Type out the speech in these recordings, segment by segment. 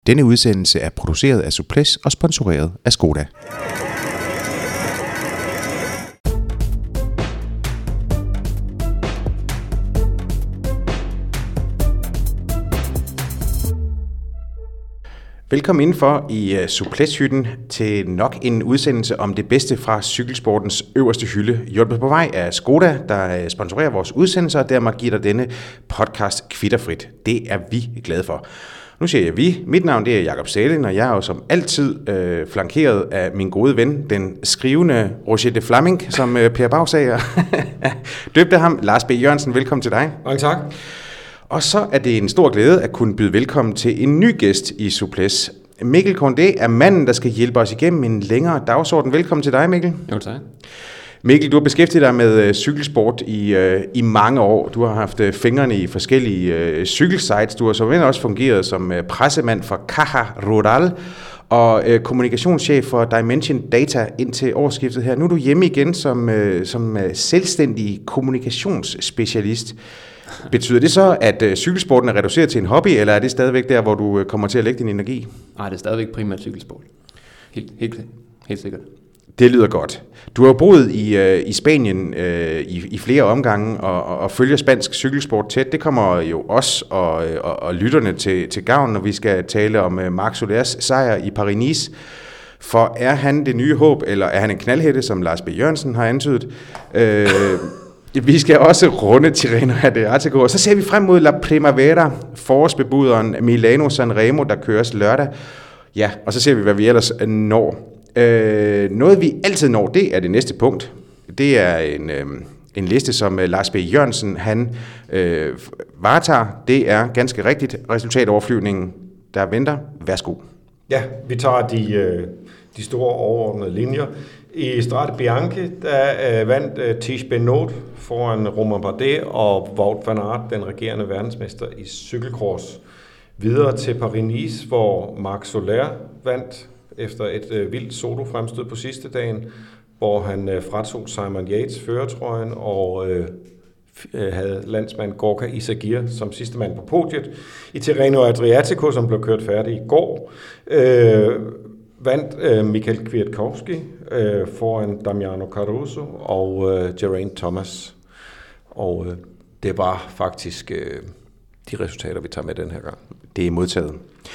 Denne udsendelse er produceret af Suples og sponsoreret af Skoda. Velkommen indenfor i Suples-hytten til nok en udsendelse om det bedste fra cykelsportens øverste hylde. Hjulpet på vej af Skoda, der sponsorerer vores udsendelser, og dermed giver dig denne podcast kvitterfrit. Det er vi glade for. Nu siger jeg vi. Mit navn det er Jakob Salin, og jeg er jo som altid flankeret af min gode ven, den skrivende Roger de Flaming, som Per Bagsager døbte ham. Lars B. Jørgensen, velkommen til dig. Mange tak. Og så er det en stor glæde at kunne byde velkommen til en ny gæst i Suples. Mikkel Condé er manden, der skal hjælpe os igennem en længere dagsorden. Velkommen til dig, Mikkel. Jo, tak. Mikkel, du har beskæftiget dig med cykelsport i mange år. Du har haft fingrene i forskellige cykelsites. Du har så også fungeret som pressemand for Caja Rural og kommunikationschef for Dimension Data indtil årsskiftet her. Nu er du hjemme igen som selvstændig kommunikationsspecialist. Betyder det så, at cykelsporten er reduceret til en hobby, eller er det stadigvæk der, hvor du kommer til at lægge din energi? Nej, det er stadigvæk primært cykelsport. Helt sikkert. Det lyder godt. Du har jo boet i Spanien i flere omgange og følger spansk cykelsport tæt. Det kommer jo os og lytterne til gavn, når vi skal tale om Marc Solers sejr i Paris-Nice. For er han det nye håb, eller er han en knaldhætte, som Lars B. Jørgensen har antydet? Vi skal også runde Tirreno Adriatico, og så ser vi frem mod La Primavera, forårsbebuderen Milano Sanremo, der køres lørdag. Ja, og så ser vi, hvad vi ellers når. Noget vi altid når, det er det næste punkt. Det er en liste, som Lars B. Jørgensen han varetager. Det er ganske rigtigt resultatoverflyvningen, der venter. Værsgo. Ja, vi tager de store overordnede linjer. I Strade Bianche, der vandt Tish Benoit foran Romain Bardet og Wout van Aert, den regerende verdensmester i cykelcross. Videre til Paris-Nice, hvor Marc Soler vandt efter et vildt solo-fremstød på sidste dagen, hvor han fratog Simon Yates førertrøjen og havde landsmand Gorka Izagirre som sidste mand på podiet. I Tirreno Adriatico, som blev kørt færdig i går, vandt Michael Kwiatkowski foran Damiano Caruso og Geraint Thomas. Og det var faktisk de resultater, vi tager med den her gang. Det er modtaget.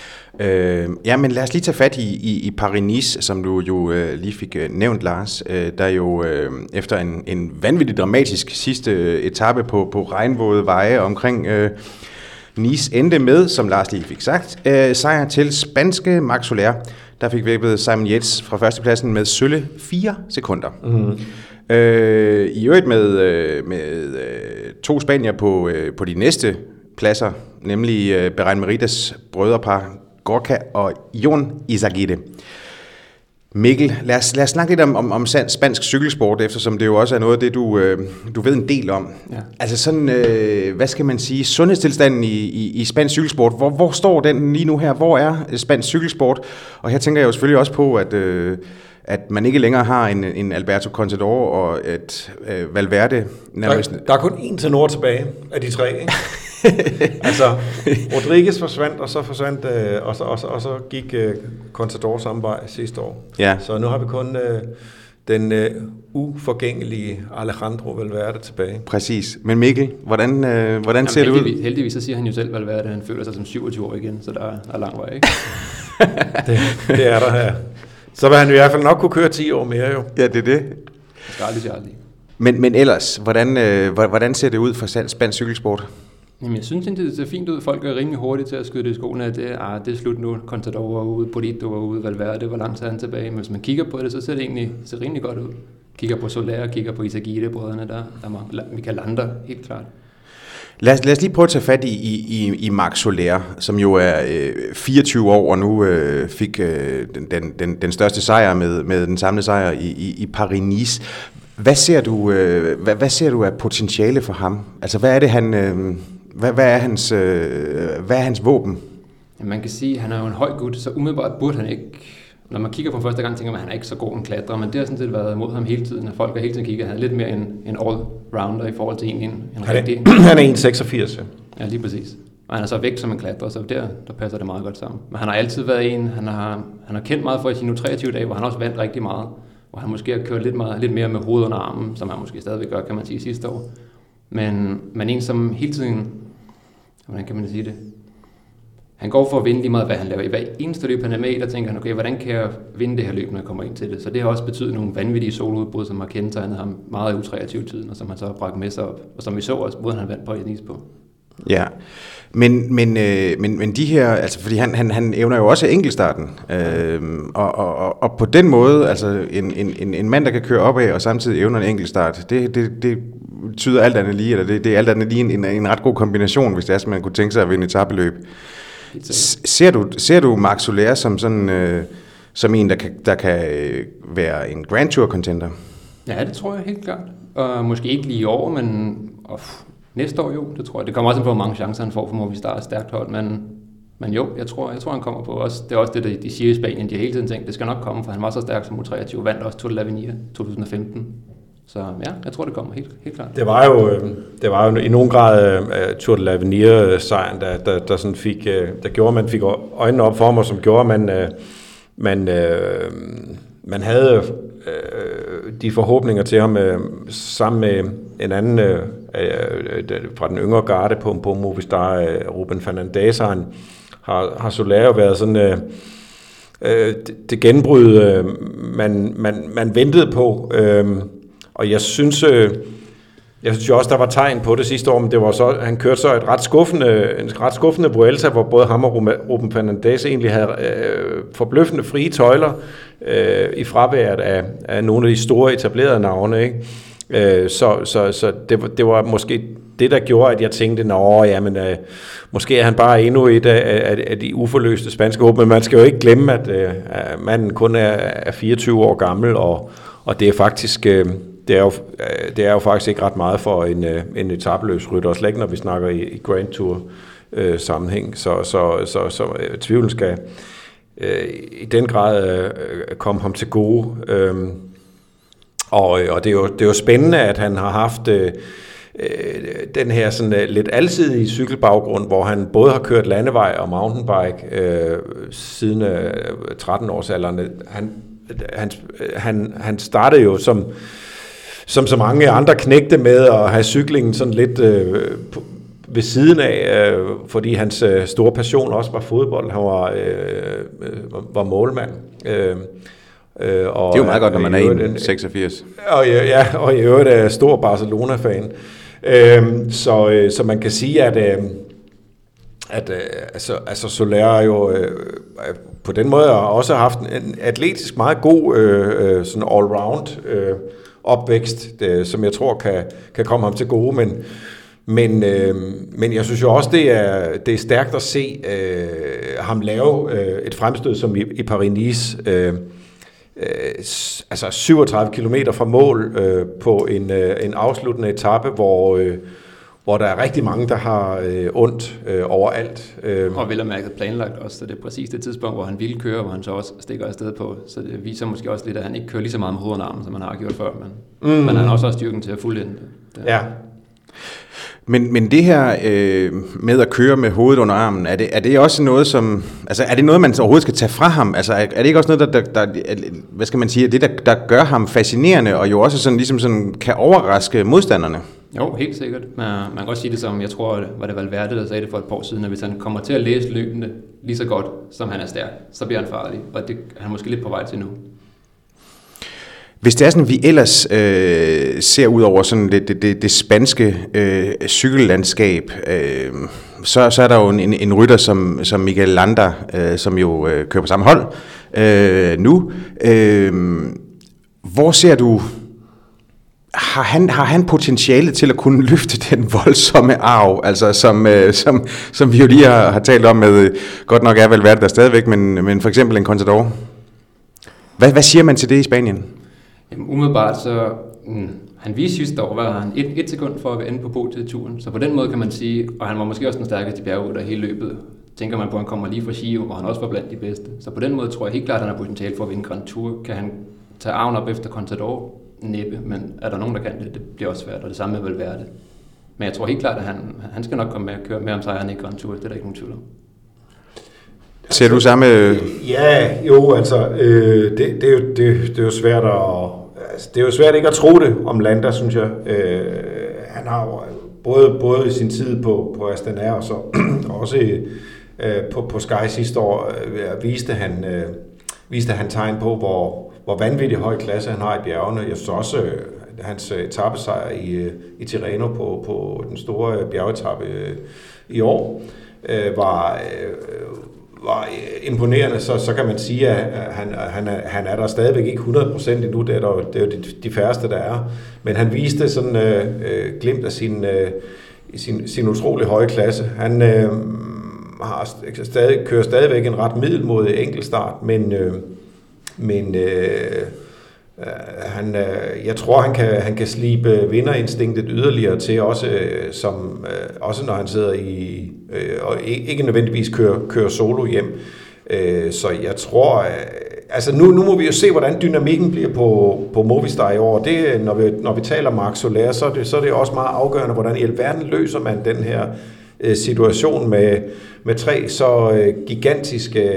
Ja, men lad os lige tage fat i Paris-Nice, som du jo lige fik nævnt, Lars. Der jo efter en vanvittig dramatisk sidste etape på regnvåde veje omkring Nice endte med, som Lars lige fik sagt, sejr til spanske Marc Soler, der fik væbnet Simon Yates fra førstepladsen med sølle 4 sekunder. Mm-hmm. I øvrigt med to spanier på de næste pladser, nemlig Bahrain Meridas brødrepar Gorka og Jon Izagirre. Mikkel, lad os snakke lidt om spansk cykelsport, eftersom det jo også er noget af det, du ved en del om. Ja. Altså sådan, hvad skal man sige, sundhedstilstanden i spansk cykelsport, hvor står den lige nu her? Hvor er spansk cykelsport? Og her tænker jeg jo selvfølgelig også på, at man ikke længere har en Alberto Contador og et Valverde. Der er kun en tenor tilbage af de tre, ikke? Altså, Rodriguez forsvandt, og så forsvandt, og så gik Contador samme vej sidste år. Ja. Så nu har vi kun den uforgængelige Alejandro Valverde tilbage. Præcis. Men Mikkel, hvordan ser det ud? Heldigvis så siger han jo selv, Valverde, han føler sig som 27 år igen, så der er lang vej, ikke? det er der her. Så vil han i hvert fald nok kunne køre 10 år mere, jo. Ja, det er det. Aldrig. Men ellers, hvordan ser det ud for spansk cykelsport? Jamen, jeg synes, det ser fint ud. Folk er rimelig hurtige til at skyde det i skoene, at det er slut nu. Contador var ude, Polito var ude, Valverde var langt han tilbage. Men hvis man kigger på det, så ser det egentlig rimelig godt ud. Kigger på Soler, kigger på Izagirre-brødrene, der er Michael Lander, helt klart. Lad os lige prøve at tage fat i Marc Soler, som jo er 24 år og nu fik den største sejr med den samlede sejr i Paris-Nice. Hvad ser du af potentiale for ham? Altså, hvad er det hvad er hans våben? Ja, man kan sige, at han er jo en høj gut, så umiddelbart burde han ikke. Når man kigger på første gang, tænker man, at han er ikke så god en klatrer, men det har sådan set været imod ham hele tiden, at folk har hele tiden kigget. Han er lidt mere en all-rounder i forhold til en rigtig. Han er 1,86. Ja, lige præcis. Og han er så væk som en klatrer, så der passer det meget godt sammen. Men han har altid været en, han har kendt meget for i sine 23 dage, hvor han også vandt rigtig meget. Hvor han måske har kørt lidt mere med hovedet under armen, som han måske stadigvæk gør, kan man sige, sidste år. Men en, som hele tiden, hvordan kan man sige det? Han går for at vinde lige meget, hvad han laver. I hver eneste løb, han er med i, der tænker han, okay, hvordan kan jeg vinde det her løb, når jeg kommer ind til det? Så det har også betydet nogle vanvittige soloudbrud, som har kendetegnet ham meget i U23-tiden, og som han så har bragt med sig op. Og som vi så også, måden han vandt Paris-Nice på. Ja, men de her, altså fordi han evner jo også enkeltstarten, og på den måde, altså en mand, der kan køre opad og samtidig evner en enkeltstart, det tyder alt andet lige, eller det er alt andet lige en ret god kombination, hvis det er, som man kunne tænke sig at vinde et etapeløb. Ser du Marc Soler som sådan som en, der kan være en Grand Tour contender? Ja, det tror jeg helt klart. Og måske ikke lige i år, men næste år jo, det tror jeg. Det kommer også ind på, hvor mange chancer han får for Movistar stærkt hold, men jo, jeg tror han kommer på også. Det er også det, de siger i Spanien. De har hele tiden tænkt, det skal nok komme, for han var så stærk som U23, vandt også Tour de l'Avenir 2015. Så ja, jeg tror, det kommer helt klart. Det var jo i nogen grad Tour de l'Avenir-sejren, der sådan fik, der gjorde, man fik øjnene op for ham, og som gjorde, man havde de forhåbninger til ham sammen med en anden fra den yngre garde på Movistar, Ruben Fernandez, har Soler været sådan det gennembrud, man ventede på. Og jeg synes jo også, der var tegn på det sidste år, men det var så, han kørte så en ret skuffende Vuelta, hvor både ham og Ruben Fernandez egentlig havde forbløffende frie tøjler i fraværet af nogle af de store etablerede navne, ikke? Så det var måske det, der gjorde, at jeg tænkte, måske er han bare endnu et af de uforløste spanske håb, men man skal jo ikke glemme, at manden kun er 24 år gammel, og det er faktisk... Det er jo faktisk ikke ret meget for en etapeløbsrytter, og slet ikke når vi snakker i Grand Tour sammenhæng. Så tvivlen skal i den grad komme ham til gode. Og det er jo spændende, at han har haft den her sådan lidt alsidige cykelbaggrund, hvor han både har kørt landevej og mountainbike siden 13-årsalderen. Han startede jo som så mange andre knægte med at have cyklingen sådan lidt ved siden af, fordi hans store passion også var fodbold. Han var målmand. Og, det er jo meget godt, når man er 1,86. Og i øvrigt er stor Barcelona-fan. Så man kan sige, at Soler jo på den måde har også haft en atletisk meget god sådan all-round opvækst, som jeg tror kan komme ham til gode, men jeg synes jo også, det er stærkt at se ham lave et fremstød som i Paris-Nice, altså 37 kilometer fra mål på en afsluttende etape, hvor der er rigtig mange, der har ondt overalt. Og vel og mærket planlagt også, så det er præcis det tidspunkt, hvor han ville køre, hvor han så også stikker afsted på. Så det viser måske også lidt, at han ikke kører lige så meget med hovedet og armen, som han har gjort før. Men han har også styrken til at fuldende det. Ja. Men det her med at køre med hovedet under armen, er det også noget, som... Altså, er det noget, man overhovedet skal tage fra ham? Altså, er det ikke også noget, der hvad skal man sige, det, der gør ham fascinerende, og jo også sådan, ligesom sådan, kan overraske modstanderne? Jo, helt sikkert. Man kan også sige det som, jeg tror, var det Valverde, der sagde det for et par år siden, at hvis han kommer til at læse løbende lige så godt, som han er stærk, så bliver han farlig. Og det er han måske lidt på vej til nu. Hvis det er sådan, vi ellers ser ud over sådan det spanske cykellandskab, så er der jo en rytter som Miguel Landa, som jo kører på samme hold nu. Hvor ser du, har han potentiale til at kunne løfte den voldsomme arv, altså som vi jo lige har talt om med, godt nok er Valverde der stadigvæk, men for eksempel en Contador? Hvad siger man til det i Spanien? Jamen, umiddelbart så, han viste sidste år, var han et sekund for at ende på podiet i turen, så på den måde kan man sige, og han var måske også den stærkeste bjergrytter hele løbet, tænker man på, at han kommer lige fra Giro, hvor han også var blandt de bedste. Så på den måde tror jeg helt klart, at han har potentiale for at vinde Grand Tour. Kan han tage arven op efter Contador? Næppe, men er der nogen, der kan det? Det bliver også svært, og det samme med Valverde. Men jeg tror helt klart, at han skal nok komme med at køre med om sejren i Grand Tour. Det er der ikke nogen tvivl om. Ser du samme? Ja, jo, altså, det er jo svært at... Altså, det er jo svært ikke at tro det om Landa, synes jeg. Han har jo både i sin tid på Astana og så også på Sky sidste år viste han tegn på, hvor vanvittig høj klasse han har i bjergene. Jeg synes også, hans etapesejr i Tirreno på den store bjergetappe i år var imponerende, så kan man sige, at han er der stadigvæk ikke 100% endnu, det er jo de færreste, der er. Men han viste sådan glimt af sin utrolig høje klasse. Han kører stadigvæk en ret middelmådig enkeltstart, men jeg tror, han kan slibe vinderinstinktet yderligere til, også når han sidder og ikke nødvendigvis kører solo hjem. Så jeg tror, altså nu må vi jo se, hvordan dynamikken bliver på Movistar i år. Det, når vi taler Marc Soler, så er det også meget afgørende, hvordan i alverden løser man den her situation med tre så gigantiske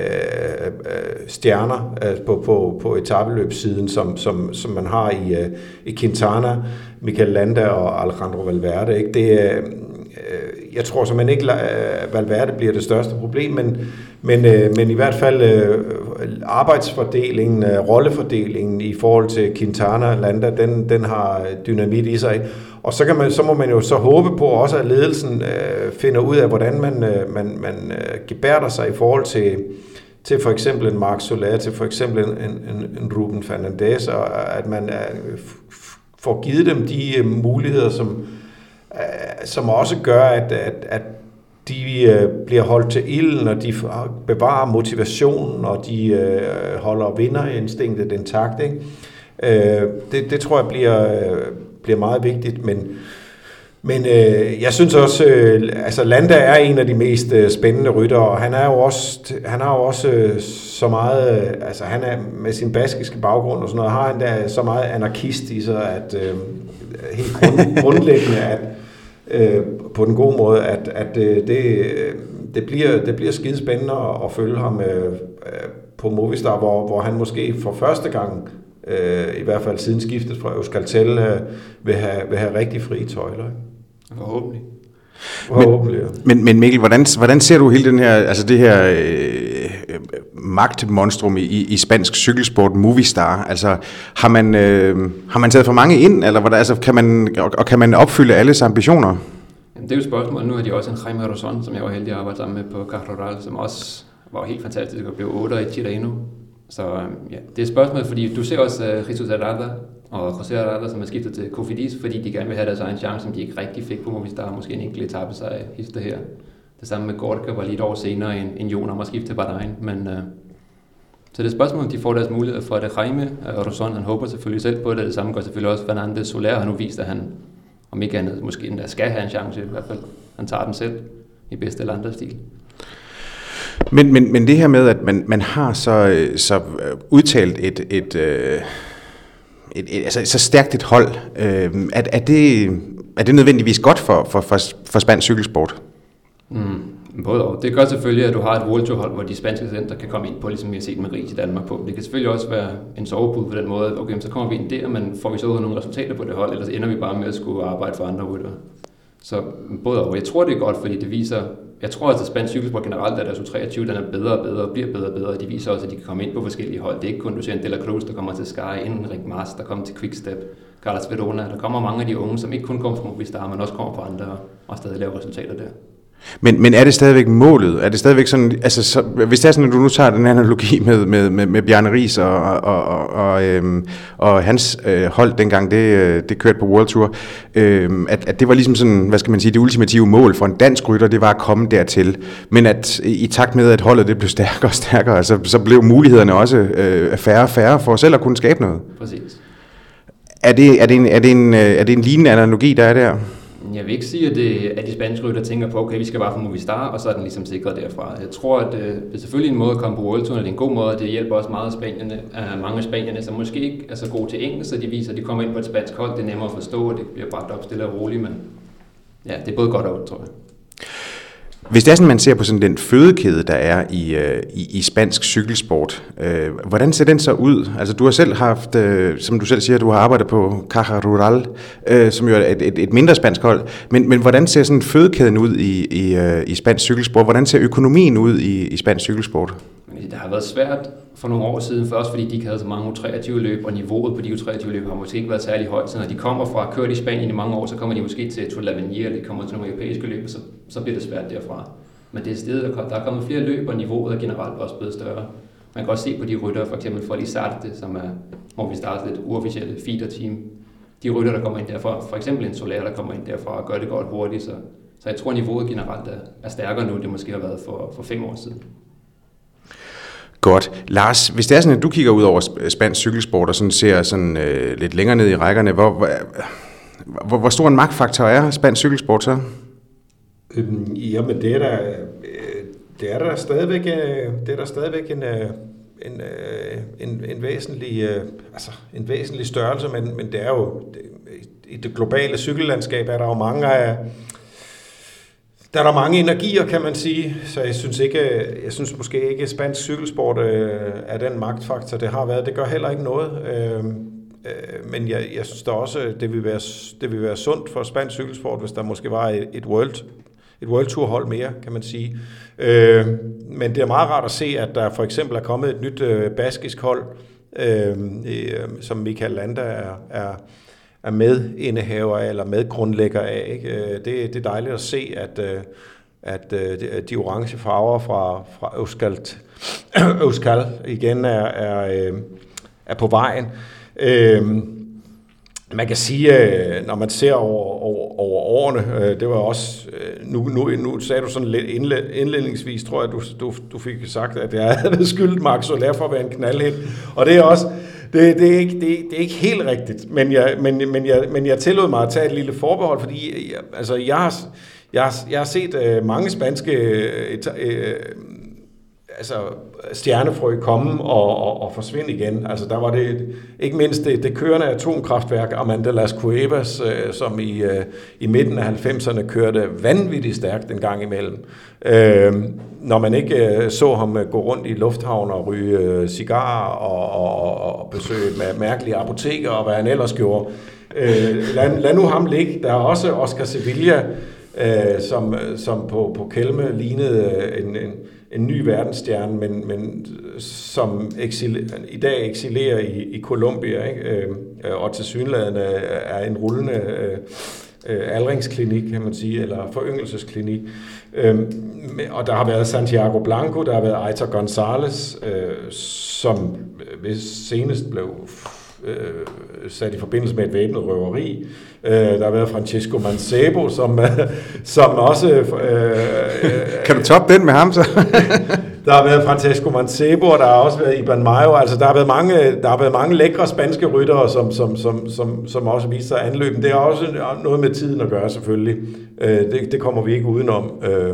stjerner på etapeløbssiden, som man har i Quintana, Mikel Landa og Alejandro Valverde. Ikke? Jeg tror simpelthen ikke, at Valverde bliver det største problem, men i hvert fald arbejdsfordelingen, rollefordelingen i forhold til Quintana og Landa, den har dynamit i sig. Og så må man jo så håbe på også, at ledelsen finder ud af, hvordan man gebærder sig i forhold til for eksempel en Marc Soler, til for eksempel en Ruben Fernandez, og at man får givet dem de muligheder, som også gør, at de bliver holdt til ilden, og de bevarer motivationen, og de holder vinderinstinktet intakt. Ikke? Det tror jeg bliver meget vigtigt, men jeg synes også, altså Landa er en af de mest spændende ryttere, og han har jo også så meget, altså han er med sin baskiske baggrund og sådan noget, har han der så meget anarkist i sig, at helt grundlæggende, at på den gode måde, at det bliver skide spændende at følge ham på Movistar, hvor han måske for første gang, i hvert fald siden skiftet fra Euskaltel, vil have rigtig frie tøjler. Forhåbentlig. Men Mikkel, hvordan ser du hele den her, altså det her magtmonstrum i spansk cykelsport, Movistar? Altså har man taget for mange ind, eller hvordan, altså kan man opfylde alles ambitioner? Jamen, det er jo et spørgsmål. Nu har de også en Jaime Rosson, som jeg var heldig at arbejde sammen med på Carroral, som også var helt fantastisk og blev 8 i Tirreno. Så ja, det er et spørgsmål, fordi du ser også Jesus Herrada og José Herrada, som er skiftet til Cofidis, fordi de gerne vil have deres egen chance, som de ikke rigtig fik på Movistar, måske en enkelt etape sig hister her. Det samme med Gorka var lige et år senere en Jon om at skifte til Bahrain, men så det er et spørgsmål, om de får deres mulighed for det. Jaime Rosson, han håber selvfølgelig selv på det samme gør selvfølgelig også Fernandez. Soler har nu vist, at han, om ikke andet, måske endda skal have en chance i hvert fald. Han tager den selv i bedste eller andre stil. Men det her med, at man har så udtalt altså så stærkt et hold, er det nødvendigvis godt for spansk cykelsport? Både og. Det gør selvfølgelig, at du har et World Tour hold, hvor de spanske center kan komme ind på, ligesom vi har set med Ries i Danmark på. Det kan selvfølgelig også være en sovepude på den måde, okay, så kommer vi ind der, men får vi så nogle resultater på det hold, ellers ender vi bare med at skulle arbejde for andre ryttere. Så både og. Jeg tror, det er godt, fordi det viser, jeg tror også, at spansk cykelsport generelt, at deres 23, den er bedre og bedre og bliver bedre og bedre. De viser også, at de kan komme ind på forskellige hold. Det er ikke kun, du ser en De La Cruz, der kommer til Sky, Enric Mas, der kommer til Quickstep, Carlos Verona. Der kommer mange af de unge, som ikke kun kommer fra Movistar, men også kommer fra andre og stadig laver resultater der. Men er det stadigvæk målet? Er det stadigvæk sådan, altså hvis det er sådan, at du nu tager den analogi med Bjarne Riis og hans hold dengang, det kørte på World Tour, at det var ligesom sådan, hvad skal man sige, det ultimative mål for en dansk rytter, det var at komme dertil. Men at i takt med, at holdet det blev stærkere og stærkere, altså, så blev mulighederne også færre og færre for selv at kunne skabe noget. Præcis. Er det en lignende analogi, der er der? Jeg vil ikke sige, at de spanske rytter tænker på, okay, vi skal bare få Movistar, og så er den ligesom sikret derfra. Jeg tror, at det er selvfølgelig en måde at komme på World Tour, det er en god måde, og det hjælper også meget mange af spanierne, som måske ikke er så gode til engelsk, så de viser, at de kommer ind på et spansk hold, det er nemmere at forstå, og det bliver bragt op stille og roligt, men Ja, det er både godt og ondt, tror jeg. Hvis det er sådan, man ser på sådan den fødekæde, der er i spansk cykelsport, hvordan ser den så ud? Altså du har selv haft, som du selv siger, du har arbejdet på Caja Rural, som jo er et mindre spansk hold, men hvordan ser sådan fødekæden ud i spansk cykelsport? Hvordan ser økonomien ud i spansk cykelsport? Det har været svært for nogle år siden, først fordi de ikke havde så mange U23-løb, og niveauet på de U23-løb har måske ikke været særlig højt. Så når de kommer fra kørt i Spanien i mange år, så kommer de måske til Tour de l'Avenir, eller de kommer til nogle europæiske løb, og så bliver det svært derfra. Men det er stedet, der er kommet flere løb, og niveauet er generelt også blevet større. Man kan også se på de ryttere, for eksempel for Lizarte, som er, hvor vi starter lidt uofficielle feeder-team. De rytter, der kommer ind derfra, for eksempel en Soler, der kommer ind derfra og gør det godt hurtigt, så jeg tror, at niveauet generelt er stærkere nu, end det måske har været for 5 år siden. Godt. Lars, hvis det er sådan, at du kigger ud over spansk cykelsport og sådan ser sådan, lidt længere ned i rækkerne, hvor stor en magtfaktor er spansk cykelsport så? Jamen det er der stadigvæk en væsentlig størrelse, men det er jo i det globale cykellandskab er der jo mange energier, kan man sige, så jeg synes måske ikke, at spansk cykelsport er den magtfaktor, det har været. Det gør heller ikke noget, men jeg synes da også, det vil være sundt for spansk cykelsport, hvis der måske var et World Tour hold mere, kan man sige. Men det er meget rart at se, at der for eksempel er kommet et nyt baskisk hold, som Mikel Landa er medindehaver eller medgrundlægger af. Ikke? Det er dejligt at se, at de orange farver fra Euskal igen er på vejen. Man kan sige, når man ser over årene, det var også, nu sagde du sådan lidt indledningsvis, tror jeg, du fik sagt, at jeg havde skyldt Marc Soler for at være en knaldhelt, og det er også, det er ikke helt rigtigt, men jeg tillod mig at tage et lille forbehold, fordi jeg har set mange spanske stjernefrø komme og forsvinde igen. Altså der var det ikke mindst det kørende atomkraftværk Armando Las Cuevas, som i midten af 90'erne kørte vanvittigt stærkt en gang imellem. Når man ikke så ham gå rundt i lufthavn og ryge cigarer og besøge mærkelige apoteker og hvad han ellers gjorde. Lad nu ham ligge. Der er også Oscar Sevilla, som på Kelme lignede en ny verdensstjerne, men som i dag eksilerer i Colombia, ikke? Og tilsyneladende er en rullende aldringsklinik, kan man sige, eller foryngelsesklinik. Og der har været Santiago Blanco, der har været Aitor González, som senest blev sat i forbindelse med et væbnet røveri. Der har været Francesco Mancebo, som også... Kan du toppe den med ham så? Der har været Francesco Mancebo, og der har også været Iban Mayo. Altså, der har været mange lækre spanske ryttere, som også viser sig anløben. Det har også noget med tiden at gøre, selvfølgelig. Det kommer vi ikke udenom.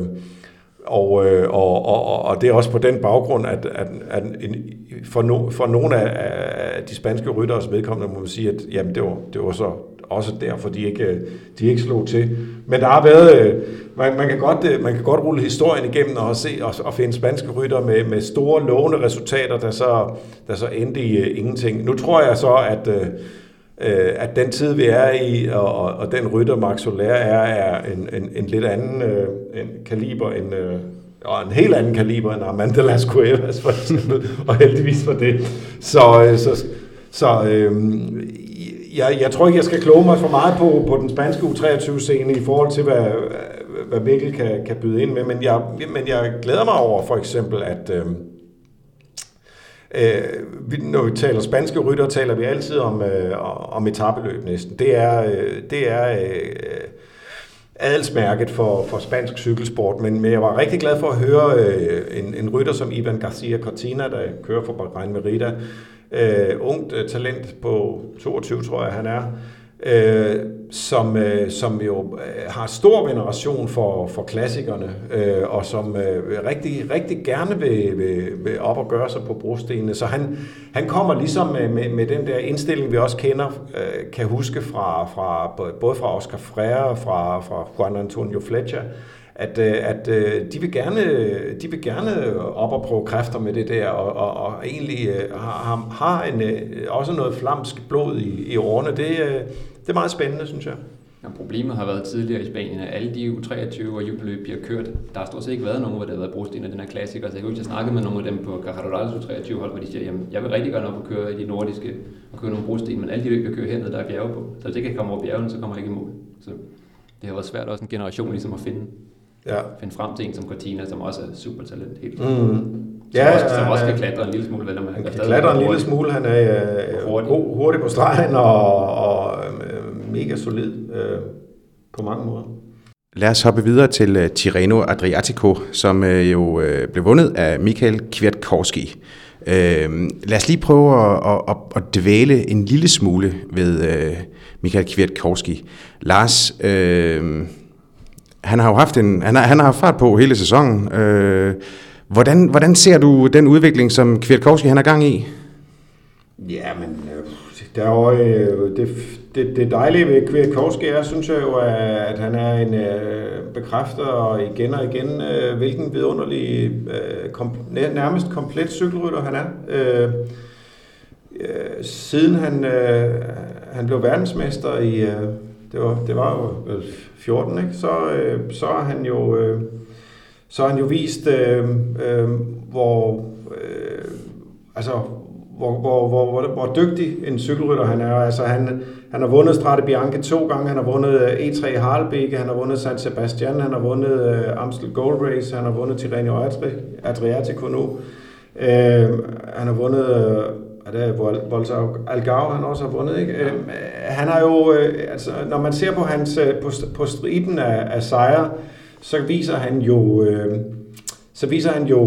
Og det er også på den baggrund, at for nogle af de spanske rytteres vedkommende må man sige, at jamen, det var så også derfor, de ikke slog til. Men der har været, man kan godt rulle historien igennem og finde spanske ryttere med store lovende resultater, der så endte i ingenting. Nu tror jeg så, at den tid, vi er i, og den rytter, Marc Soler er en lidt anden kaliber, og en helt anden kaliber end Armando Las Cuevas, for eksempel, og heldigvis for det. Jeg tror ikke, jeg skal kloge mig for meget på den spanske U23-scene i forhold til, hvad Mikkel kan byde ind med, men jeg glæder mig over for eksempel, at når vi taler spanske rytter, taler vi altid om etapeløb næsten. Det er adelsmærket for spansk cykelsport, men jeg var rigtig glad for at høre en rytter som Ivan Garcia Cortina, der kører for Bahrain Merida, ungt talent på 22, tror jeg han er, som jo har stor veneration for klassikerne, og som rigtig, rigtig gerne vil op og gøre sig på brostenene. Så han kommer ligesom med den der indstilling, vi også kender, kan huske både fra Oscar Freire og fra Juan Antonio Flecha, at de vil gerne op og prøve kræfter med det der, og egentlig har også noget flamsk blod i årene. Det er meget spændende, synes jeg. Ja, problemet har været tidligere i Spanien, at alle de U23 og juniorløb bliver kørt. Der har stort set ikke været nogen, hvor der har været brosten af den her klassiker. Så jeg kunne ikke snakke med nogle af dem på Carrerales U23-hold, hvor de siger, jamen, jeg vil rigtig gerne op og køre i de nordiske og køre nogle brosten, men alle de løb, jeg kører hernede, der er bjerge på. Så hvis jeg ikke kan komme over bjergene, så kommer jeg ikke i mål. Så det har været svært også en generation ligesom at finde frem til en som Cortina, som også er super talent helt. Som også kan klatre en lille smule, vel? Han kan klatre en lille smule, han er hurtig på stregen og mega solid på mange måder. Lad os hoppe videre til Tirreno Adriatico, som jo blev vundet af Michael Kwiatkowski. Lad os lige prøve at dvæle en lille smule ved Michael Kwiatkowski. Lars, han har jo haft han har haft fart på hele sæsonen. Hvordan ser du den udvikling, som Kwiatkowski han er gang i? Ja, men der er jo, det dejlige ved Kwiatkowski synes jeg jo, at han er en bekræfter igen og igen, hvilken vidunderlig, nærmest komplet cykelrytter han er. Siden han blev verdensmester i, det var jo 14, ikke? Så har han jo vist, hvor dygtig en cykelrytter han er. Altså han har vundet Strade Bianche 2 gange, han har vundet E3 Harlebeke, han har vundet San Sebastian, han har vundet Amstel Gold Race, han har vundet Tirreno Adriatico nu. Han har vundet Volta Algarve, han også har vundet, ikke? Han har jo, når man ser på hans på striden af sejre, så viser han jo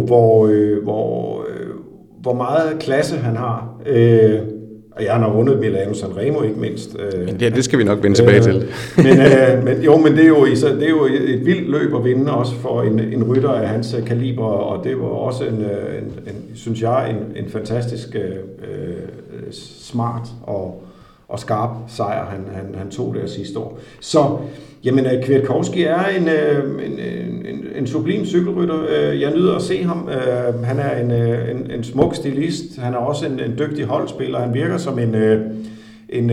hvor meget klasse han har. Og han har vundet Milano Sanremo ikke mindst. Ja, det skal vi nok vende tilbage til. Men det er jo et vildt løb at vinde også for en rytter af hans kaliber, og det var også synes jeg, en fantastisk smart og skarp sejr, han tog der sidste år. Så jamen, Kwiatkowski er en sublim cykelrytter. Jeg nyder at se ham. Han er en smuk stilist. Han er også en dygtig holdspiller. Han virker som en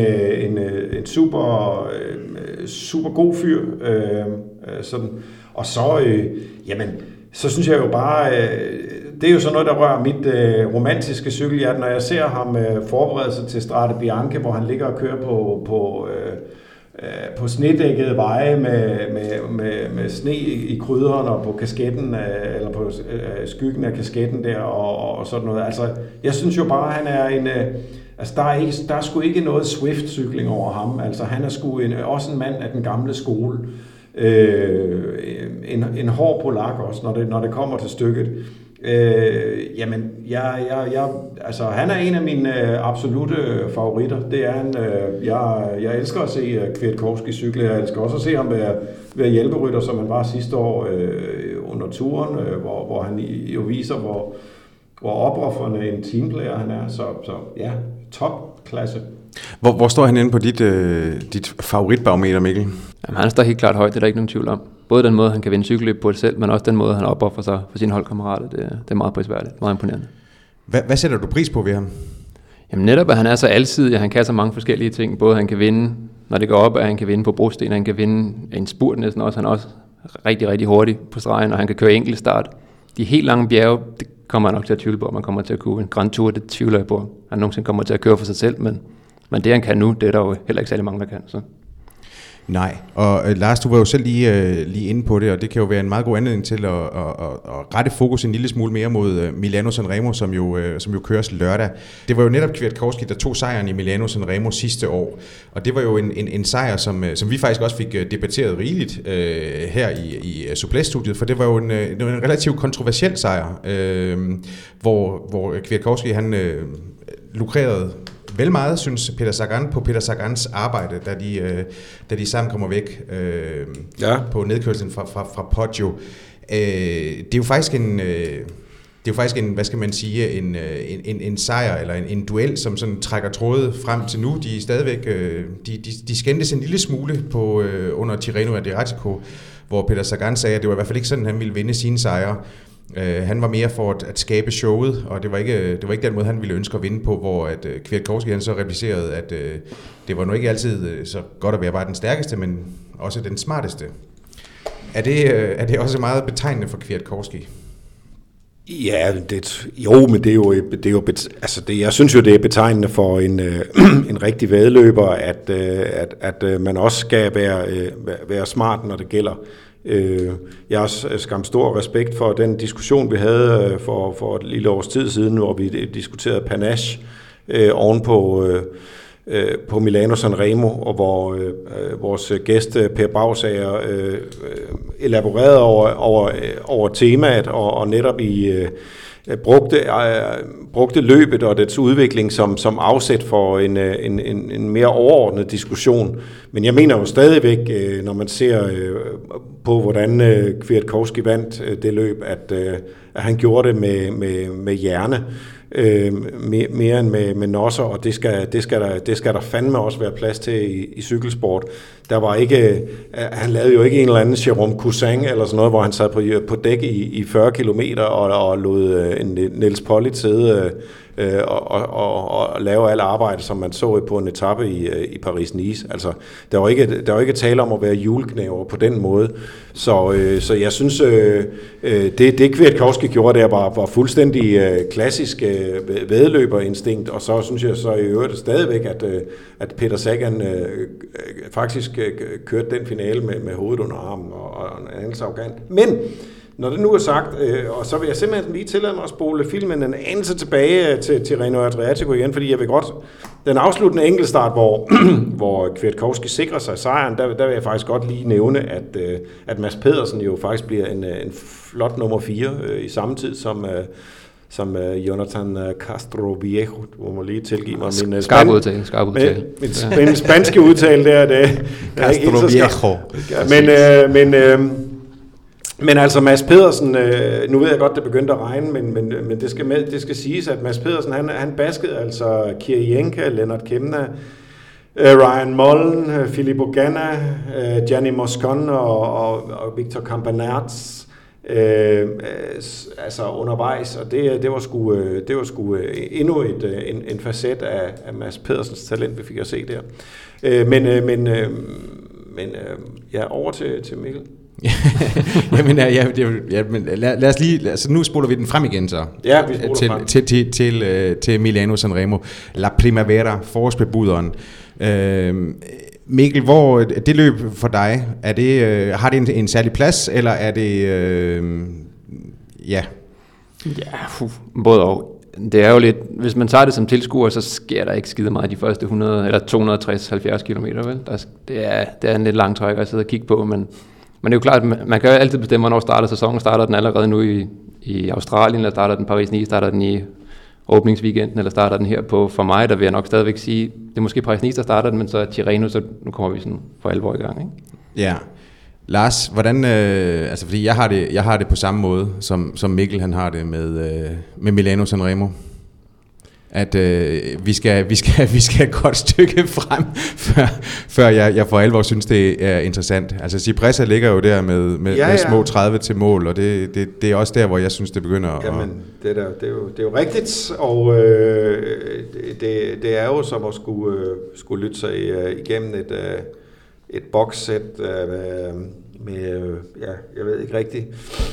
super god fyr. Sådan. Og så synes jeg jo bare, det er jo sådan noget, der rører mit romantiske cykelhjerte, når jeg ser ham forberede sig til Strade Bianche, hvor han ligger og kører på snedækkede veje med sne i krydderen og på kasketten, eller på skyggen af kasketten der og sådan noget. Altså, jeg synes jo bare, han er der er sgu ikke noget Swift-cykling over ham. Altså, han er sgu også en mand af den gamle skole. En hård polak også, når det kommer til stykket. Han er en af mine absolutte favoritter. Det er jeg elsker at se Kwiatkowski cykle. Jeg elsker også at se ham være hjælperytter, som han var sidste år under turen, hvor han jo viser, hvor opoffrende en teamplayer han er. Så ja, topklasse. Hvor står han inde på dit favoritbarometer, Mikkel? Jamen, han står helt klart højt, det er der ikke nogen tvivl om. Både den måde, han kan vinde cykelløb på det selv, men også den måde, han opoffer sig for sine holdkammerater. Det er meget prisværdigt, meget imponerende. Hvad sætter du pris på ved ham? Jamen netop, at han er så alsidig, han kan så mange forskellige ting. Både han kan vinde, når det går op, at han kan vinde på brosten, han kan vinde en spurt næsten også. Han er også rigtig, rigtig hurtig på stregen, og han kan køre enkeltstart. De helt lange bjerge, det kommer jeg nok til at tvivle på, man kommer til at kunne. En Grand Tour, det tvivler jeg på. Han nogensinde kommer til at køre for sig selv, men det han kan nu, det er der jo heller ikke særlig mange, der kan. Så. Nej, og Lars, du var jo selv lige inde på det, og det kan jo være en meget god anledning til at rette fokus en lille smule mere mod Milano Sanremo, som jo køres lørdag. Det var jo netop Kwiatkowski, der tog sejren i Milano Sanremo sidste år, og det var jo en sejr, som vi faktisk også fik debatteret rigeligt her i Souplesse-studiet, for det var jo en relativt kontroversiel sejr, hvor Kwiatkowski han lukrerede vel meget, synes Peter Sagan, på Peter Sagans arbejde, da de sammen kommer væk på nedkørslen fra Poggio. Det er jo faktisk en, hvad skal man sige, en sejr, eller en duel, som sådan trækker trådet frem til nu. De er stadigvæk, de skændtes en lille smule på under Tirreno Adriatico, hvor Peter Sagan sagde, at det var i hvert fald ikke sådan, han ville vinde sine sejre. Han var mere for at skabe showet, og det var ikke den måde, han ville ønske at vinde på, hvor at Kwiatkowski han så replicerede, at det var nu ikke altid så godt at være bare den stærkeste, men også den smarteste. Er det også meget betegnende for Kwiatkowski? Ja, men det er jo altså jeg synes jo, det er betegnende for en rigtig væddeløber, at man også skal være smart, når det gælder. Jeg har også skam stor respekt for den diskussion, vi havde for et lille års tid siden, hvor vi diskuterede Panache ovenpå på Milano Sanremo, og hvor vores gæst Per Bagsager elaborerede over temaet, og netop brugte løbet og dets udvikling som afsæt for en mere overordnet diskussion. Men jeg mener jo stadigvæk, når man ser på, hvordan Kwiatkowski vandt det løb, at han gjorde det med hjerne. Mere end med nosser, og det skal der fandme også være plads til i cykelsport. Der var ikke, han lavede jo ikke en eller anden Jérôme Cousin eller sådan noget, hvor han sad på dæk i 40 kilometer og lod en Niels Pollitt sidde og lave alt arbejde, som man så på en etape i Paris-Nice. Altså, der var ikke tale om at være juleknæver på den måde. Så jeg synes, det Kwiatkowski gjorde der var fuldstændig klassisk væddeløberinstinkt, og så synes jeg så i øvrigt stadigvæk, at Peter Sagan faktisk kørte den finale med hovedet under armen og en anelse arrogant. Men når det nu er sagt, og så vil jeg simpelthen lige tillade mig at spole filmen en anelse tilbage til Tirreno Adriatico igen, fordi jeg vil godt, den afsluttende enkeltstart, hvor Kwiatkowski sikrer sig sejren, der vil jeg faktisk godt lige nævne, at Mads Pedersen jo faktisk bliver en flot nummer 4 i samme tid som Jonathan Castro Viejo. Du må lige tilgive mig min skarp udtale. Min spanske udtale der, det er ikke helt så skarpt. Men altså Mads Pedersen, nu ved jeg godt, det begyndte at regne, men det skal siges, at Mads Pedersen, han baskede altså Kirienka, Lennart Kemna, Ryan Mullen, Filippo Ganna, Gianni Moscon og Victor Campenerts altså undervejs, og det var sgu endnu en facet af Mads Pedersens talent, vi fik at se der. Men over til Mikkel. Men lad os lige, altså nu spoler vi den frem igen så. Ja, vi spoler frem. Til Milano Sanremo. La Primavera, forårsbebuderen. Mikkel, hvor det løb for dig, har det en særlig plads, eller er det både og. Det er jo lidt, hvis man tager det som tilskuer, så sker der ikke skide meget de første 100 eller 260-70 kilometer, vel? Det er en lidt lang træk at sidde og kigge på, men det er jo klart, at man kan jo altid bestemme, hvornår starter sæsonen. Starter den allerede nu i Australien, eller starter den Paris-Nice, starter den i åbningsweekenden, eller starter den her på, for mig, der vil jeg nok stadigvæk sige, det er måske Paris-Nice, der starter den, men så er Tirreno, så nu kommer vi sådan for alvor i gang, ikke? Ja. Lars, hvordan, altså fordi jeg har det på samme måde, som Mikkel han har det med Milano Sanremo. At vi skal et godt stykke frem, før jeg for alvor synes, det er interessant. Altså Cipressa ligger jo der med små 30 til mål, og det er også der, hvor jeg synes, det begynder. Jamen, det er jo rigtigt, og det er jo som at skulle lytte sig igennem et bokssæt med, jeg ved ikke rigtigt,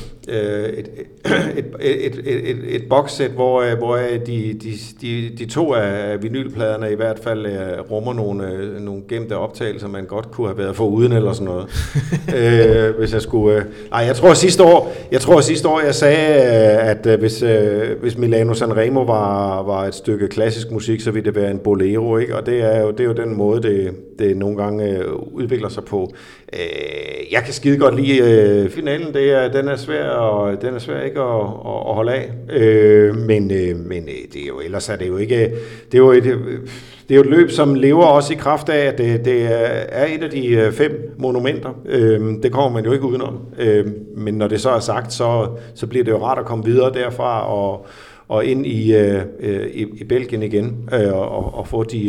et bokssæt, hvor de to af vinylpladerne i hvert fald rummer nogle gemte optagelser, man godt kunne have været foruden eller sådan noget. Hvis jeg skulle... jeg tror sidste år, jeg sagde, at hvis Milano Sanremo var et stykke klassisk musik, så ville det være en bolero, ikke? Og det er jo den måde, det nogle gange udvikler sig på. Jeg kan skide godt lide finalen, den er svær svær ikke at holde af. Men det er jo, ellers er det jo ikke... Det er jo et løb, som lever også i kraft af, at det er et af de 5 monumenter. Det kommer man jo ikke udenom. Men når det så er sagt, så bliver det jo rart at komme videre derfra og ind i Belgien igen og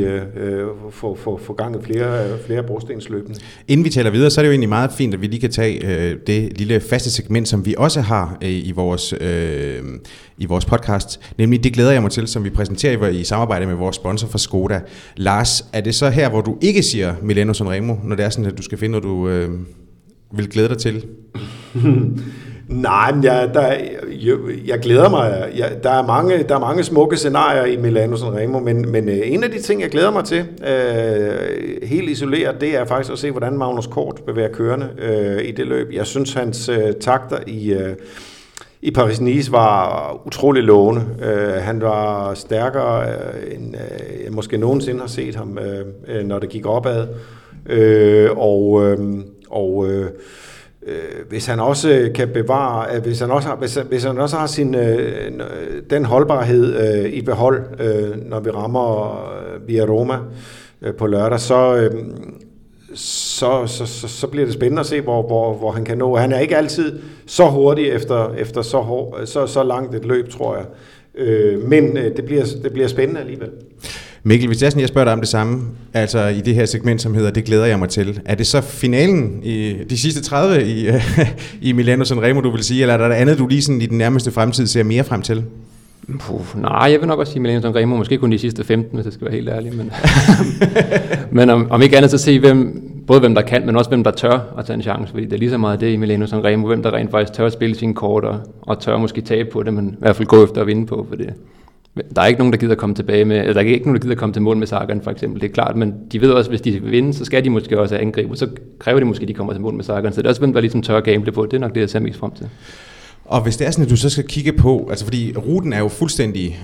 få gang i flere brostensløbende. Inden vi taler videre, så er det jo egentlig meget fint, at vi lige kan tage det lille faste segment, som vi også har i vores podcast, nemlig Det glæder jeg mig til, som vi præsenterer i samarbejde med vores sponsor fra Skoda. Lars, er det så her, hvor du ikke siger Milano Sanremo, når det er sådan, at du skal finde noget, du vil glæde dig til? Nej, men jeg glæder mig. Der er mange smukke scenarier i Milano Sanremo, men en af de ting, jeg glæder mig til, helt isoleret, det er faktisk at se, hvordan Magnus Kort vil være kørende i det løb. Jeg synes, hans takter i Paris-Nice var utrolig lovende. Han var stærkere, end jeg måske nogensinde har set ham, når det gik opad. Hvis han også kan bevare, hvis han også har sin den holdbarhed i behold, når vi rammer Via Roma på lørdag, så bliver det spændende at se, hvor han kan nå. Han er ikke altid så hurtig efter så langt et løb, tror jeg. Men det bliver spændende alligevel. Mikkel, hvis jeg spørger dig om det samme, altså i det her segment, som hedder Det glæder jeg mig til, er det så finalen i de sidste 30 i Milano Sanremo, du vil sige, eller er der andet, du lige sådan i den nærmeste fremtid ser mere frem til? Nej, jeg vil nok også sige Milano Sanremo, måske kun de sidste 15, hvis jeg skal være helt ærlig, men om ikke andet så se hvem der kan, men også hvem der tør at tage en chance, fordi det er lige så meget det i Milano Sanremo, hvem der rent faktisk tør at spille sine kort og tør måske tabe på det, men i hvert fald gå efter at vinde på, for det. Der er ikke nogen, der gider komme tilbage med, eller der er ikke nogen, der gider komme til mål med Sagan for eksempel, det er klart, men de ved også, at hvis de vil vinde, så skal de måske også angribe, og så kræver de måske, at de kommer til mål med Sagan, så det er også hvem der ligesom tør at gamble på, det er nok det, jeg ser mest frem til. Og hvis det er sådan, at du så skal kigge på, altså fordi ruten er jo fuldstændig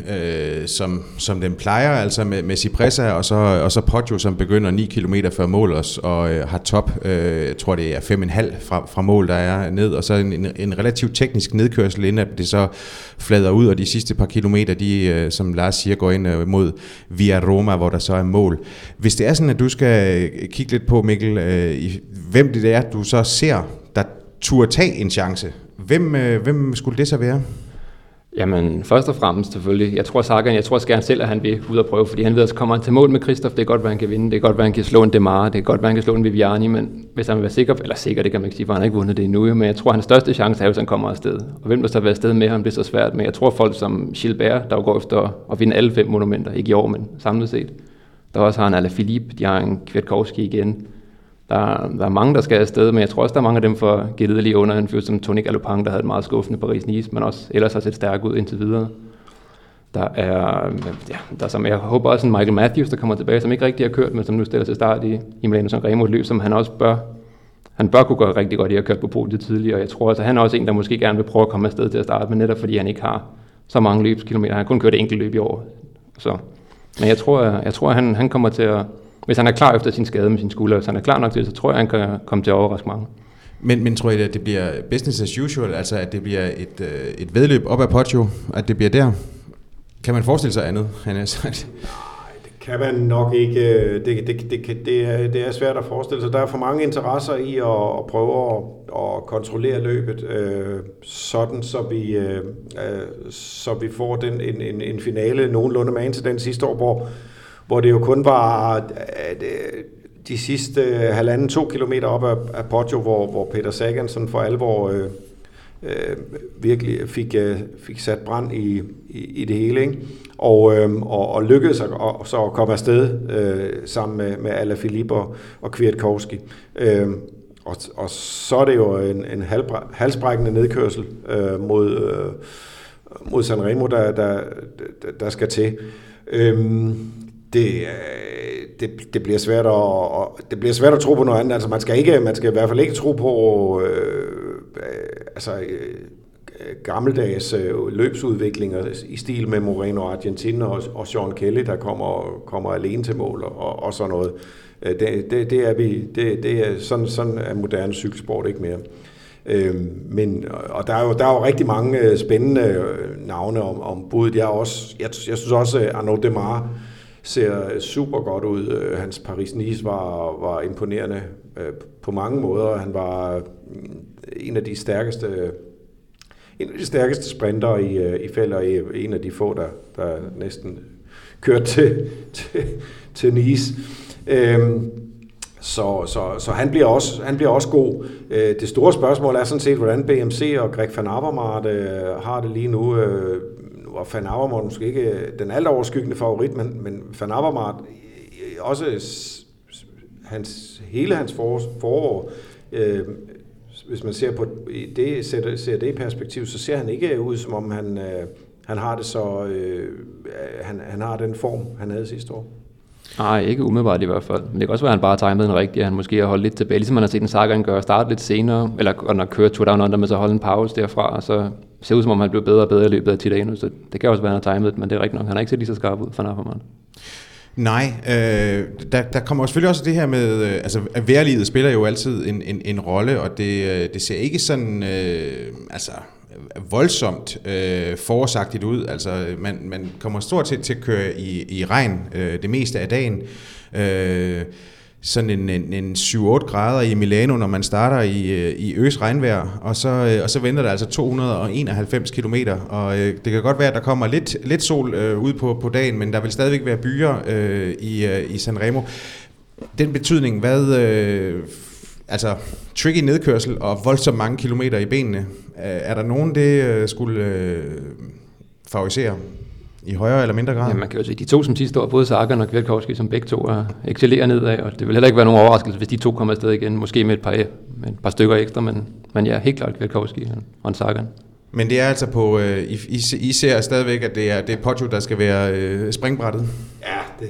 som den plejer, altså med Cipressa og så Poggio, som begynder 9 km før mål og har top, jeg tror det er 5,5 fra mål, der er ned, og så en relativt teknisk nedkørsel, inden at det så flader ud, og de sidste par kilometer, de, som Lars siger, går ind mod Via Roma, hvor der så er mål. Hvis det er sådan, at du skal kigge lidt på, Mikkel, hvem det er, du så ser, der turde tage en chance, hvem skulle det så være? Jamen, først og fremmest selvfølgelig. Jeg tror Sagan selv, at han vil ud og prøve, fordi han ved, at så kommer han til mål med Kristoff. Det er godt, hvad han kan vinde. Det er godt, hvad han kan slå en Demare. Det er godt, hvad han kan slå en Viviani. Men hvis han vil være sikker, det kan man ikke sige, for han har ikke vundet det endnu. Men jeg tror, hans største chance er, hvis han kommer afsted. Og hvem der så vil afsted med ham, det er så svært. Men jeg tror, folk som Gilbert, der går efter at vinde alle 5 monumenter, ikke i år, men samlet set. Der også har en Alaphilippe, de har en Kwiatkowski igen. Der er mange, der skal afsted, men jeg tror også, der er mange af dem for gættet lige under en fyr som Tony Galopin, der havde et meget skuffende Paris-Nice, men også ellers har set stærk ud indtil videre. Der er som jeg håber også en Michael Matthews, der kommer tilbage, som ikke rigtig har kørt, men som nu stiller til start i Milano Sanremo, et løb, som han også bør kunne gøre rigtig godt i at køre på podiet tidligere. Jeg tror også, at han er også en, der måske gerne vil prøve at komme afsted til at starte, men netop fordi han ikke har så mange løbskilometer. Han har kun kørt et enkelt løb i år. Så. Men jeg tror at han kommer til at... Hvis han er klar efter sin skade med sin skulder, hvis han er klar nok til det, så tror jeg, han kan komme til at overraske mange. Men tror I, at det bliver business as usual, altså at det bliver et vedløb op ad Poggio, at det bliver der? Kan man forestille sig andet, han har sagt? Nej, det kan man nok ikke. Det er svært at forestille sig. Der er for mange interesser i at prøve at kontrollere løbet, sådan så vi får en finale nogenlunde med til den sidste år, hvor det jo kun var de sidste 1,5-2 kilometer op af Poggio, hvor Peter Sagan sådan for alvor virkelig fik sat brand i det hele, ikke? Og lykkedes så at komme afsted sammen med Alaphilippe og Kwiatkowski. Og så er det jo en halsbrækkende nedkørsel mod Sanremo, der skal til. Det bliver svært at tro på noget andet. Altså man skal i hvert fald ikke tro på gammeldags løbsudviklinger i stil med Moreno Argentin og Sean Kelly, der kommer alene til mål og sådan noget. Sådan er moderne cykelsport ikke mere. Og der er jo rigtig mange spændende navne om budet. Jeg synes også, at Arnaud Démare ser super godt ud. Hans Paris-Nice var imponerende på mange måder. Han var en af de stærkeste sprinter i feltet, og en af de få, der næsten kørte til Nice. Så han bliver også god. Det store spørgsmål er sådan set, hvordan BMC og Greg van Avermaet har det lige nu. Og Van Avermaet måske ikke den alt overskyggende favorit, men Van Avermaet også hele hans forår, hvis man ser på det perspektiv, så ser han ikke ud, som om han har det så han har den form, han havde sidste år. Nej, ikke umiddelbart i hvert fald. Men det kan også være, at han bare har timet den rigtigt, at han måske har holdt lidt tilbage. Ligesom man har set en Sagan gøre starte lidt senere, eller når kører Tour Down Under, men så holde en pause derfra, og så ser ud som om han blev bedre og bedre i løbet af Tirreno, så det kan også være, at han har timet, men det er rigtigt nok. Han er ikke set lige så skarp ud for Avermaet. Nej, der kommer selvfølgelig også det her med, altså vejrliget spiller jo altid en rolle, og det ser ikke sådan, voldsomt forårsagtigt ud. Altså man kommer stort set til at køre i regn det meste af dagen. Sådan en 7-8 grader i Milano, når man starter i regnvejr, og så venter der altså 291 kilometer, og det kan godt være, at der kommer lidt sol ud på dagen, men der vil stadigvæk være byer i Sanremo. Den betydning, tricky nedkørsel og voldsomt mange kilometer i benene, er der nogen, det skulle favorisere? I højere eller mindre grad? Ja, man kan jo se, de to som sidste år, både Sagan og Kwiatkowski, som begge to er excellerer nedad, og det vil heller ikke være nogen overraskelse, hvis de to kommer afsted igen, måske med et par stykker ekstra, men ja, helt klart Kwiatkowski og en Sagan. Men det er altså på, I ser stadigvæk, at det er Poggio, der skal være springbrættet? Ja,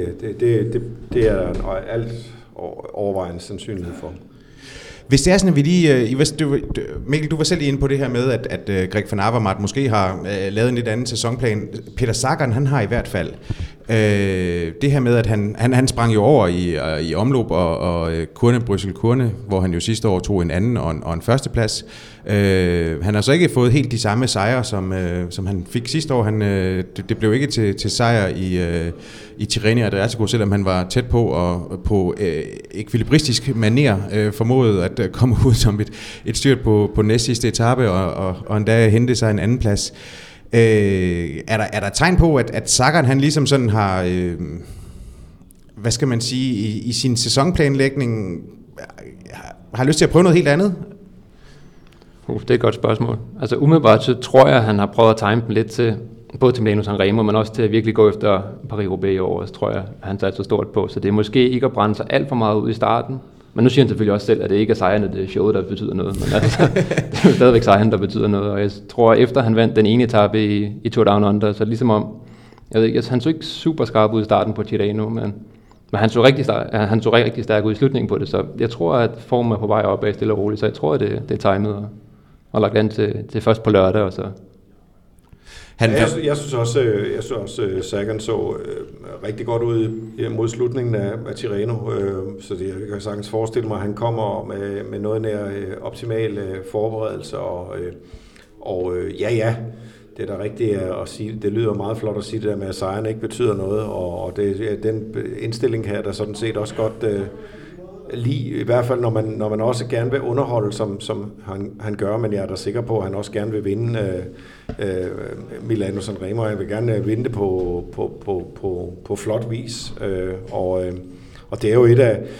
det er alt overvejende sandsynlighed for. Hvis det er sådan, at vi lige... Mikkel, du var selv inde på det her med, at Greg van Avermaet måske har lavet en lidt anden sæsonplan. Peter Sagan, han har i hvert fald. Det her med, at han sprang jo over i omløb og Kurne, hvor han jo sidste år tog en anden og en førsteplads. Han har så ikke fået helt de samme sejre, som han fik sidste år. Det blev ikke til sejr i Tirreno Adriatico, selvom han var tæt på og på ekvilibristisk manér formåede at komme ud som et styrt på næstsidste etape og endda hente sig en anden plads. Er der tegn på, at Sagan han ligesom sådan har, hvad skal man sige, i sin sæsonplanlægning har lyst til at prøve noget helt andet? Det er et godt spørgsmål. Altså umiddelbart så tror jeg, at han har prøvet at time den lidt til, både til Milano Sanremo, men også til at virkelig gå efter Paris-Roubaix i år, så tror jeg, at han satte så stort på. Så det er måske ikke at brænde sig alt for meget ud i starten. Men nu siger han selvfølgelig også selv, at det ikke er sejrene, det er showet, der betyder noget. Men altså, det er stadigvæk sejrene, der betyder noget. Og jeg tror, efter han vandt den ene etape i Tour Down Under, så ligesom om, jeg ved ikke, han så ikke super skarp ud i starten på Tirreno, men han så rigtig stærk ud i slutningen på det. Så jeg tror, at formen er på vej op af stille og roligt, så jeg tror, at det er timet og lagt an til først på lørdag, og så... Jeg synes også, Sagan så rigtig godt ud mod slutningen af Tirreno, så jeg kan sagtens forestille mig, at han kommer med noget nær optimal forberedelse, og ja, det er da rigtigt at sige, det lyder meget flot at sige det der med, at sejren ikke betyder noget, og den indstilling kan jeg da sådan set også godt lige, i hvert fald når man også gerne vil underholde, som han gør, men jeg er da sikker på, at han også gerne vil vinde Milano Sanremo. Jeg vil gerne vinde det på flot vis, og det er jo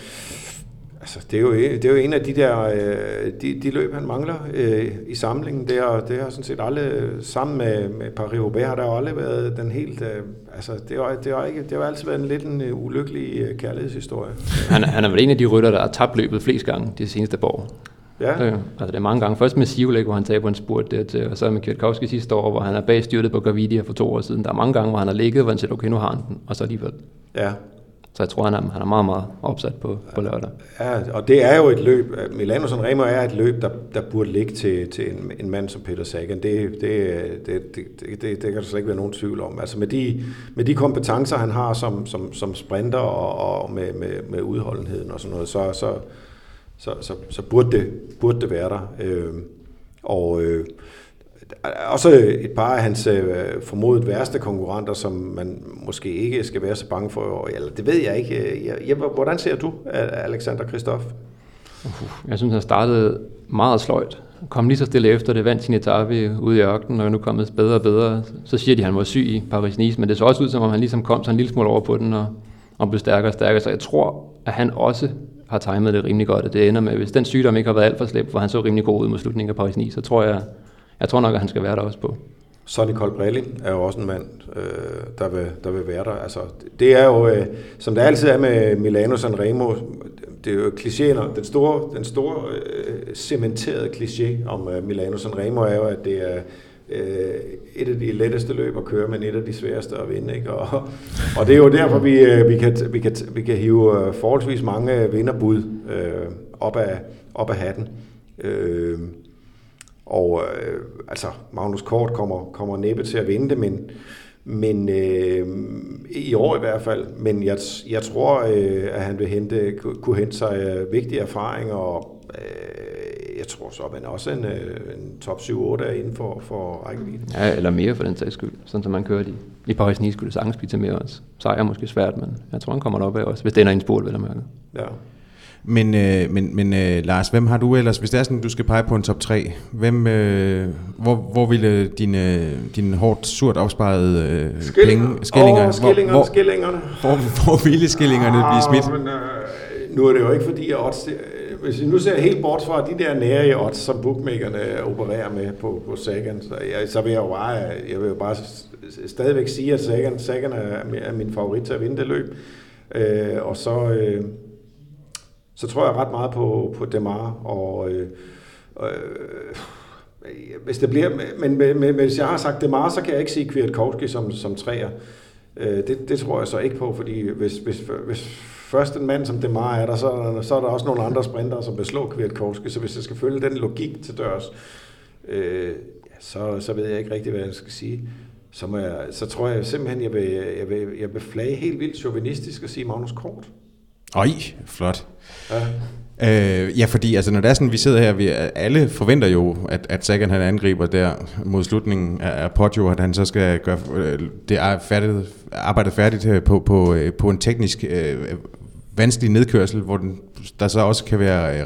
det er jo en af de der de løb, han mangler i samlingen. Det har sådan set aldrig, sammen med Paris-Roubaix, har der jo aldrig været den helt... det har altid været en lidt en ulykkelig kærlighedshistorie. Han er vel en af de rytter, der har tabt løbet flest gange de seneste par år. Ja. Det er mange gange. Først med Sivulek, hvor han taber en spurt dertil, og så med Kwiatkowski sidste år, hvor han er bagstyrtet på Gavidia for 2 år siden. Der er mange gange, hvor han har ligget, hvor han siger, okay, nu har han den, og så alligevel. Ja. Så jeg tror, han er meget, meget opsat på lørdag. Ja, og det er jo et løb. Milano Sanremo er et løb, der burde ligge til en mand som Peter Sagan. Det kan der slet ikke være nogen tvivl om. Altså med de kompetencer, han har som sprinter og med udholdenheden og sådan noget, så burde det være der. Også et par af hans formodet værste konkurrenter, som man måske ikke skal være så bange for. Eller det ved jeg ikke. Hvordan ser du Alexander Kristoff? Jeg synes, han startede meget sløjt. Kom lige så stille efter det, vandt sin etape ude i ørkenen, og er nu kommet bedre og bedre. Så siger de, at han var syg i Paris-Nice, men det så også ud, som om han ligesom kom så en lille smule over på den, og blev stærkere og stærkere. Så jeg tror, at han også har timet det rimelig godt, og det ender med, hvis den sygdom ikke har været alt for slem, hvor han så rimelig god ud mod slutningen af Paris-Nice, så tror jeg nok, at han skal være der også på. Sonny Colbrelli er jo også en mand, der vil være der. Altså, det er jo, som det altid er med Milano Sanremo, det er jo klichéen, den store cementerede kliché om Milano Sanremo er jo, at det er et af de letteste løb at køre, men et af de sværeste at vinde. Ikke? Og det er jo derfor, vi kan hive forholdsvis mange vinderbud op af hatten. Altså Magnus Kort kommer næppe til at vinde det, men i år i hvert fald. Men jeg tror, at han vil kunne hente sig vigtige erfaringer, og jeg tror så, at man også en top 7-8 er inden for rækkevidde. Ja, eller mere for den sags skyld. Sådan som man kører i Paris-Nice, skulle det sagtens blive til mere også. Sejr er måske svært, men jeg tror, han kommer op af også, hvis det ender i en spurt, vil jeg mærke. Ja. Men Lars, hvem har du ellers, hvis det er sådan, du skal pege på en top 3, hvor ville dine hårdt, surt opsparede skillingerne. Hvor ville skillingerne blive smidt? Men, nu er det jo ikke fordi, at odds, hvis vi nu ser helt bort fra de der nære odds, som bookmakerne opererer med på Sagan, så vil jeg vil jo bare stadigvæk sige, at Sagan er min favorit til at vinde det løb. Og så tror jeg ret meget på Demar, og hvis det bliver, men hvis jeg har sagt Demar, så kan jeg ikke sige Kwiatkowski som træer. Det tror jeg så ikke på, fordi hvis først en mand som Demar er der, så er der også nogle andre sprintere, som vil slå Kwiatkowski, så hvis jeg skal følge den logik til dørs, så ved jeg ikke rigtig, hvad jeg skal sige. Så tror jeg simpelthen, jeg vil flage helt vildt chauvinistisk og sige Magnus Kort. Øj, flot. Ja. Fordi altså, når det er sådan, vi sidder her, alle forventer jo, at Sagan han angriber der mod slutningen af Poggio, at han så skal gøre det arbejdet færdigt på en teknisk vanskelig nedkørsel, hvor der så også kan være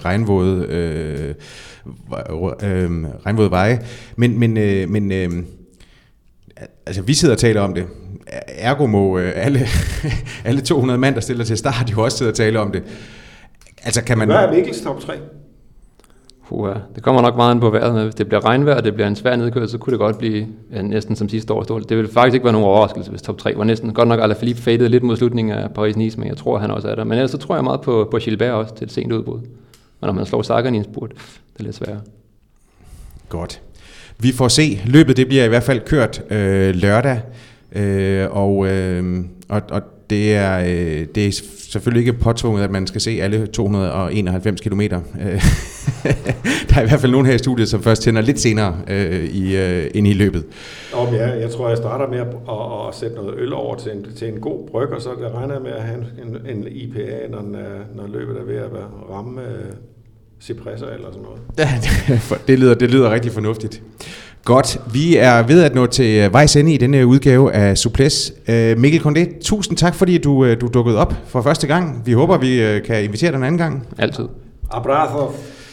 regnvåde veje. Men altså, vi sidder og taler om det. Ergo må alle 200 mand, der stiller til start, jo også sidder og taler om det. Altså, kan man... Hvad er Mikkels top 3? Det kommer nok meget an på vejret. Hvis det bliver regnvejr, og det bliver en svær nedkørsel, så kunne det godt blive næsten som sidste år. Det ville faktisk ikke være nogen overraskelse, hvis top 3 var næsten. Godt nok Alaphilippe fadede lidt mod slutningen af Paris-Nice, men jeg tror, han også er der. Men ellers så tror jeg meget på Gilbert også til et sent udbrud. Men når man slår Sagan i en spurt, det er lidt sværere. Godt. Vi får se. Løbet det bliver i hvert fald kørt lørdag. Og det er selvfølgelig ikke påtvunget, at man skal se alle 291 kilometer. Der er i hvert fald nogen her i studiet, som først tænder lidt senere ind i løbet. Jeg tror, jeg starter med at sætte noget øl over til en god bryg, og så regner jeg med at have en IPA, når løbet er ved at ramme Cipressa eller sådan noget. Det lyder rigtig fornuftigt. Godt, vi er ved at nå til vejs ende i denne udgave af Souplesse. Mikkel Condé, tusind tak, fordi du dukkede op for første gang. Vi håber, vi kan invitere dig en anden gang. Altid. Abrazo.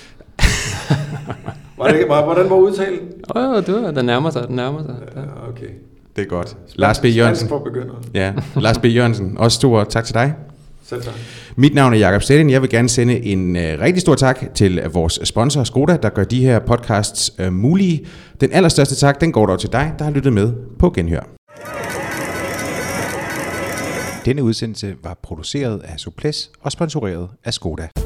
Hvordan var udtalen? Den nærmer sig. Ja. Okay. Det er godt. Lars B. Jørgensen. Ja, Lars B. Jørgensen. Også stor tak til dig. Selv tak. Mit navn er Jakob Stettin. Jeg vil gerne sende en rigtig stor tak til vores sponsor Skoda, der gør de her podcasts mulige. Den allerstørste tak, den går dog til dig, der har lyttet med på Genhør. Denne udsendelse var produceret af Souplesse og sponsoreret af Skoda.